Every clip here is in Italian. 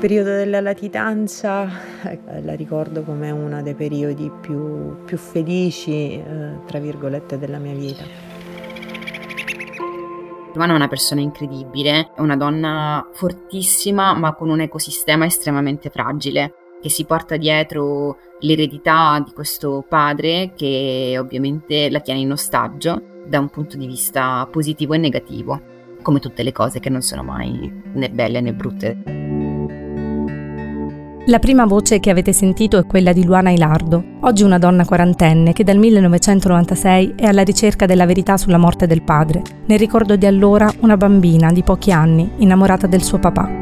periodo della latitanza la ricordo come uno dei periodi più felici, tra virgolette, della mia vita. Luana è una persona incredibile, è una donna fortissima ma con un ecosistema estremamente fragile, che si porta dietro l'eredità di questo padre che ovviamente la tiene in ostaggio da un punto di vista positivo e negativo, come tutte le cose che non sono mai né belle né brutte. La prima voce che avete sentito è quella di Luana Ilardo, oggi una donna quarantenne che dal 1996 è alla ricerca della verità sulla morte del padre. Nel ricordo di allora una bambina di pochi anni, innamorata del suo papà.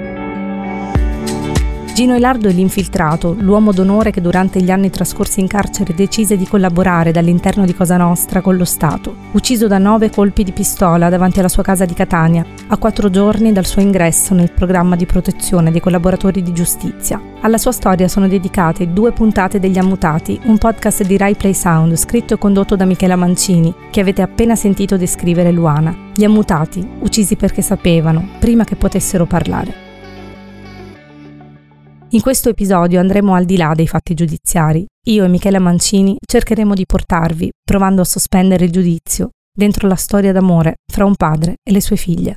Gino Ilardo è l'infiltrato, l'uomo d'onore che durante gli anni trascorsi in carcere decise di collaborare dall'interno di Cosa Nostra con lo Stato. Ucciso da 9 colpi di pistola davanti alla sua casa di Catania, a 4 giorni dal suo ingresso nel programma di protezione dei collaboratori di giustizia. Alla sua storia sono dedicate 2 puntate degli Ammutati, un podcast di Rai Play Sound scritto e condotto da Michela Mancini, che avete appena sentito descrivere Luana. Gli Ammutati, uccisi perché sapevano, prima che potessero parlare. In questo episodio andremo al di là dei fatti giudiziari. Io e Michela Mancini cercheremo di portarvi, provando a sospendere il giudizio, dentro la storia d'amore fra un padre e le sue figlie.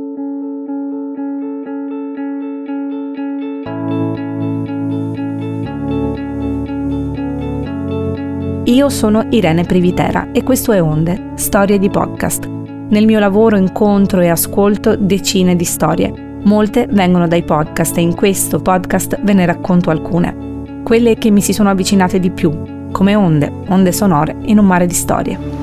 Io sono Irene Privitera e questo è Onde, storie di podcast. Nel mio lavoro incontro e ascolto decine di storie. Molte vengono dai podcast e in questo podcast ve ne racconto alcune. Quelle che mi si sono avvicinate di più, come onde sonore in un mare di storie.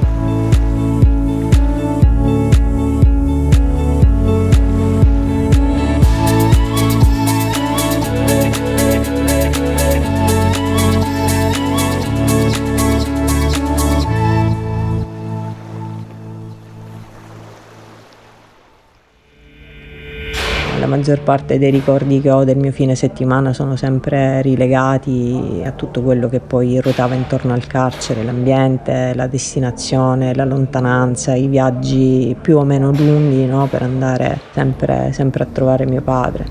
La maggior parte dei ricordi che ho del mio fine settimana sono sempre rilegati a tutto quello che poi ruotava intorno al carcere, l'ambiente, la destinazione, la lontananza, i viaggi più o meno lunghi, no, per andare sempre a trovare mio padre.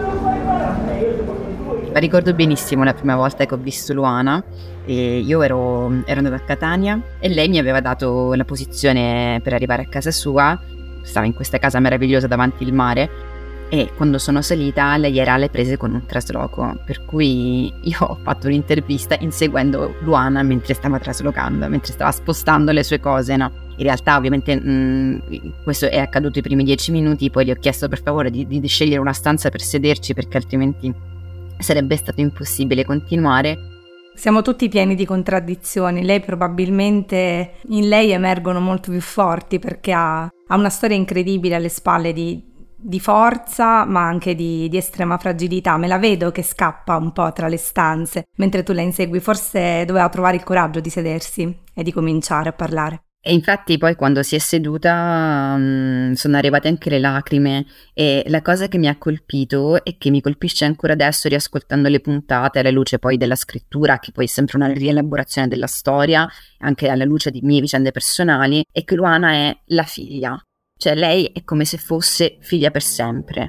Ma ricordo benissimo la prima volta che ho visto Luana. E io ero andata a Catania e lei mi aveva dato la posizione per arrivare a casa sua. Stava in questa casa meravigliosa davanti al mare. E quando sono salita lei era alle prese con un trasloco, per cui io ho fatto un'intervista inseguendo Luana mentre stava traslocando, mentre stava spostando le sue cose, no? In realtà ovviamente questo è accaduto i primi 10 minuti, poi gli ho chiesto per favore di scegliere una stanza per sederci perché altrimenti sarebbe stato impossibile continuare. Siamo tutti pieni di contraddizioni, lei probabilmente, in lei emergono molto più forti perché ha una storia incredibile alle spalle di forza ma anche di estrema fragilità. Me la vedo che scappa un po' tra le stanze mentre tu la insegui, forse doveva trovare il coraggio di sedersi e di cominciare a parlare. E infatti poi quando si è seduta sono arrivate anche le lacrime e la cosa che mi ha colpito e che mi colpisce ancora adesso riascoltando le puntate alla luce poi della scrittura, che poi è sempre una rielaborazione della storia anche alla luce di mie vicende personali, è che Luana è la figlia. Cioè lei è come se fosse figlia per sempre.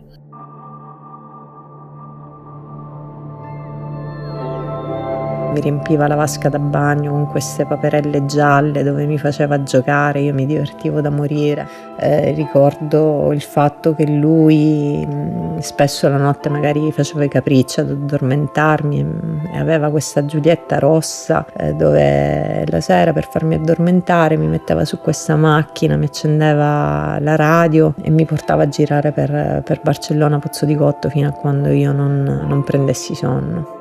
Mi riempiva la vasca da bagno con queste paperelle gialle dove mi faceva giocare, io mi divertivo da morire. Ricordo il fatto che lui spesso la notte magari faceva i capricci ad addormentarmi e aveva questa Giulietta rossa dove la sera per farmi addormentare mi metteva su questa macchina, mi accendeva la radio e mi portava a girare per Barcellona Pozzo di Gotto fino a quando io non prendessi sonno.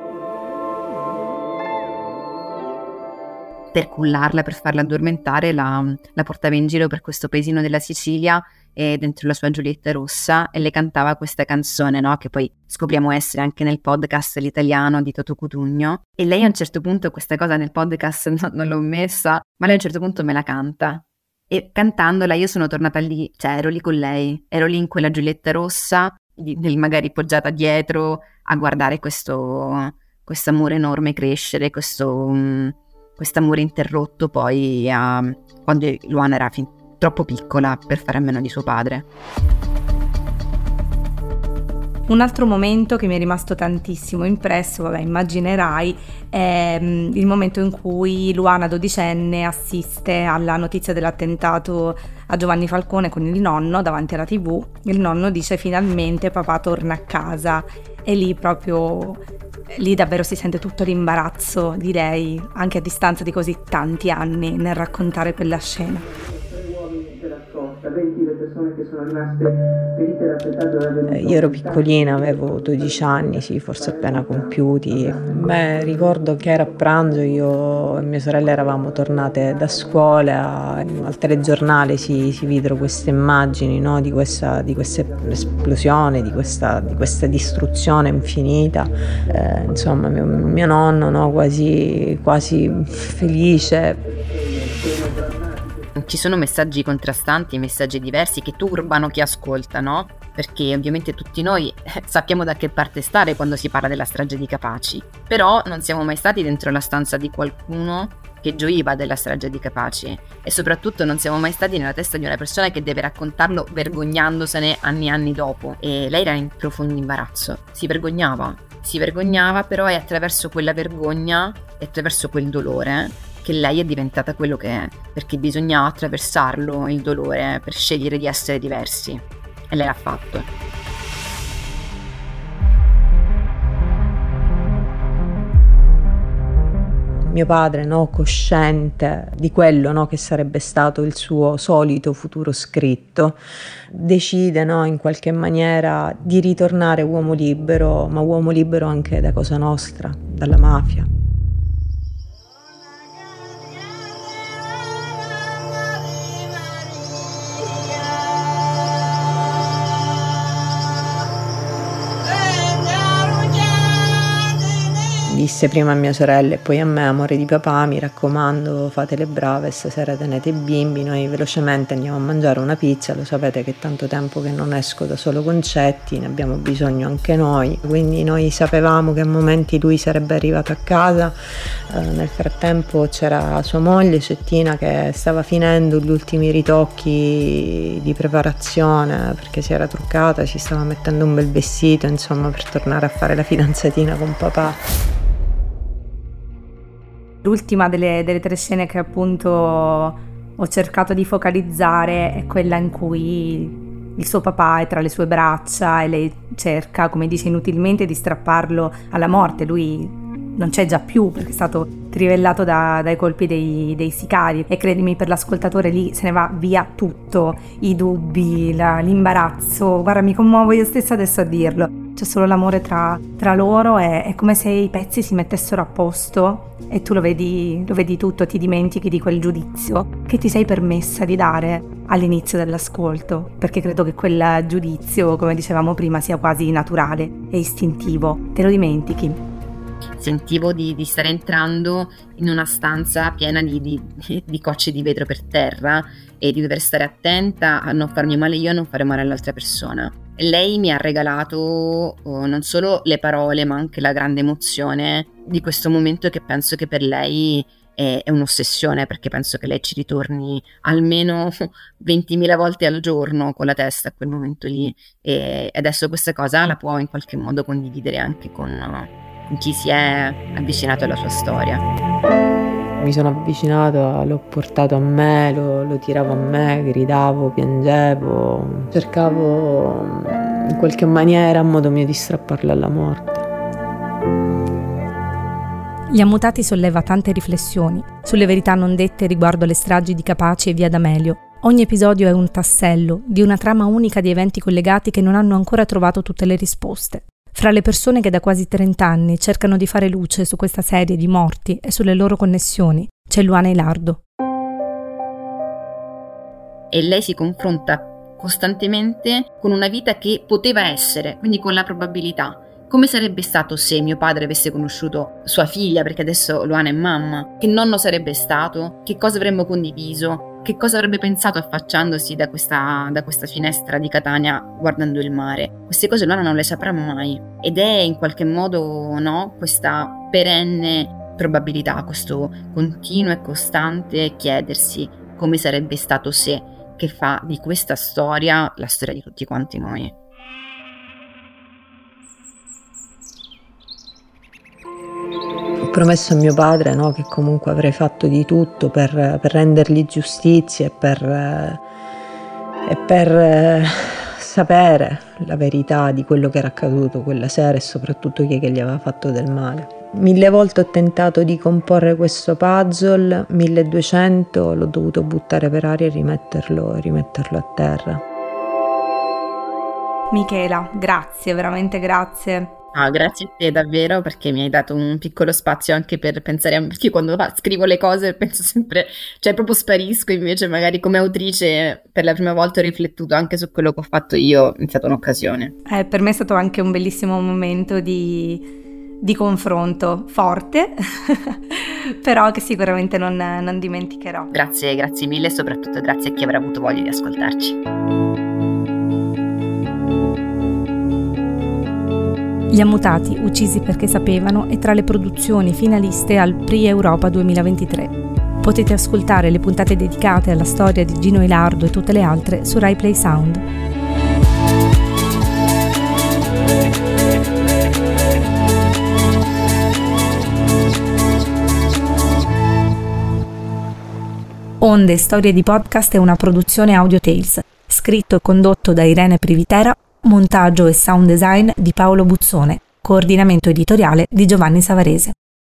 Per cullarla, per farla addormentare, la portava in giro per questo paesino della Sicilia e dentro la sua Giulietta rossa e le cantava questa canzone, no? Che poi scopriamo essere anche nel podcast L'Italiano di Toto Cutugno. E lei a un certo punto, questa cosa nel podcast non l'ho messa, ma lei a un certo punto me la canta. E cantandola io sono tornata lì, cioè ero lì con lei, ero lì in quella Giulietta rossa, magari poggiata dietro a guardare questo amore enorme crescere, quest'amore interrotto poi quando Luana era troppo piccola per fare a meno di suo padre. Un altro momento che mi è rimasto tantissimo impresso, immaginerai, è il momento in cui Luana, dodicenne, assiste alla notizia dell'attentato a Giovanni Falcone con il nonno davanti alla TV. Il nonno dice: finalmente papà torna a casa, e lì davvero si sente tutto l'imbarazzo di lei, anche a distanza di così tanti anni, nel raccontare quella scena. 20 le persone che sono rimaste ferite dall'attentato. Io ero piccolina, avevo 12 anni, sì, forse appena compiuti. Ricordo che era a pranzo, io e mia sorella eravamo tornate da scuola, al telegiornale si videro queste immagini, no, di questa esplosione, di questa distruzione infinita. Insomma, mio nonno, no, quasi felice. Ci sono messaggi contrastanti, messaggi diversi che turbano chi ascolta, no? Perché ovviamente tutti noi sappiamo da che parte stare quando si parla della strage di Capaci, però non siamo mai stati dentro la stanza di qualcuno che gioiva della strage di Capaci, e soprattutto non siamo mai stati nella testa di una persona che deve raccontarlo vergognandosene anni e anni dopo. E lei era in profondo imbarazzo, si vergognava, però è attraverso quella vergogna e attraverso quel dolore che lei è diventata quello che è, perché bisognava attraversarlo, il dolore, per scegliere di essere diversi, e lei l'ha fatto. Mio padre, no, cosciente di quello, no, che sarebbe stato il suo solito futuro scritto, decide, no, in qualche maniera di ritornare uomo libero, ma uomo libero anche da Cosa Nostra, dalla mafia. Disse prima a mia sorella e poi a me: amore di papà, mi raccomando, fate le brave, stasera tenete i bimbi, noi velocemente andiamo a mangiare una pizza, lo sapete che è tanto tempo che non esco da solo Concetti, ne abbiamo bisogno anche noi. Quindi noi sapevamo che a momenti lui sarebbe arrivato a casa. Nel frattempo c'era sua moglie Cettina che stava finendo gli ultimi ritocchi di preparazione, perché si era truccata, si stava mettendo un bel vestito, insomma, per tornare a fare la fidanzatina con papà. L'ultima delle tre scene che appunto ho cercato di focalizzare è quella in cui il suo papà è tra le sue braccia e lei cerca, come dice, inutilmente di strapparlo alla morte. Lui non c'è già più perché è stato trivellato dai colpi dei sicari, e credimi, per l'ascoltatore lì se ne va via tutto, i dubbi, l'imbarazzo. Guarda, mi commuovo io stessa adesso a dirlo. C'è solo l'amore tra loro, è come se i pezzi si mettessero a posto e tu lo vedi tutto, ti dimentichi di quel giudizio che ti sei permessa di dare all'inizio dell'ascolto, perché credo che quel giudizio, come dicevamo prima, sia quasi naturale e istintivo, te lo dimentichi. Sentivo di stare entrando in una stanza piena di cocce di vetro per terra e di dover stare attenta a non farmi male io e non fare male all'altra persona. Lei mi ha regalato non solo le parole ma anche la grande emozione di questo momento, che penso che per lei è un'ossessione, perché penso che lei ci ritorni almeno 20.000 volte al giorno con la testa a quel momento lì, e adesso questa cosa la può in qualche modo condividere anche con chi si è avvicinato alla sua storia. Mi sono avvicinato, l'ho portato a me, lo tiravo a me, gridavo, piangevo, cercavo in qualche maniera, a modo mio, di strapparlo alla morte. Gli Ammutati solleva tante riflessioni sulle verità non dette riguardo alle stragi di Capaci e via D'Amelio. Ogni episodio è un tassello di una trama unica di eventi collegati che non hanno ancora trovato tutte le risposte. Fra le persone che da quasi 30 anni cercano di fare luce su questa serie di morti e sulle loro connessioni c'è Luana Ilardo. E lei si confronta costantemente con una vita che poteva essere, quindi con la probabilità. Come sarebbe stato se mio padre avesse conosciuto sua figlia, perché adesso Luana è mamma? Che nonno sarebbe stato? Che cosa avremmo condiviso? Che cosa avrebbe pensato affacciandosi da questa finestra di Catania guardando il mare? Queste cose Luana non le saprà mai, ed è in qualche modo, no, questa perenne probabilità, questo continuo e costante chiedersi come sarebbe stato se, che fa di questa storia la storia di tutti quanti noi. promesso a mio padre, no, che comunque avrei fatto di tutto per rendergli giustizia e per sapere la verità di quello che era accaduto quella sera e soprattutto chi è che gli aveva fatto del male. 1000 volte ho tentato di comporre questo puzzle, 1200 l'ho dovuto buttare per aria e rimetterlo a terra. Michela, grazie, veramente grazie. Grazie a te davvero, perché mi hai dato un piccolo spazio anche per pensare perché quando scrivo le cose penso sempre, cioè proprio sparisco, invece magari come autrice per la prima volta ho riflettuto anche su quello che ho fatto io, è stata un'occasione. Per me è stato anche un bellissimo momento di confronto forte, però che sicuramente non dimenticherò. Grazie mille e soprattutto grazie a chi avrà avuto voglia di ascoltarci. Gli Ammutati, uccisi perché sapevano, è tra le produzioni finaliste al Prix Europa 2023. Potete ascoltare le puntate dedicate alla storia di Gino Ilardo e tutte le altre su Rai Play Sound. Onde, storie di podcast è una produzione Audio Tales, scritto e condotto da Irene Privitera, montaggio e sound design di Paolo Buzzone, coordinamento editoriale di Giovanni Savarese.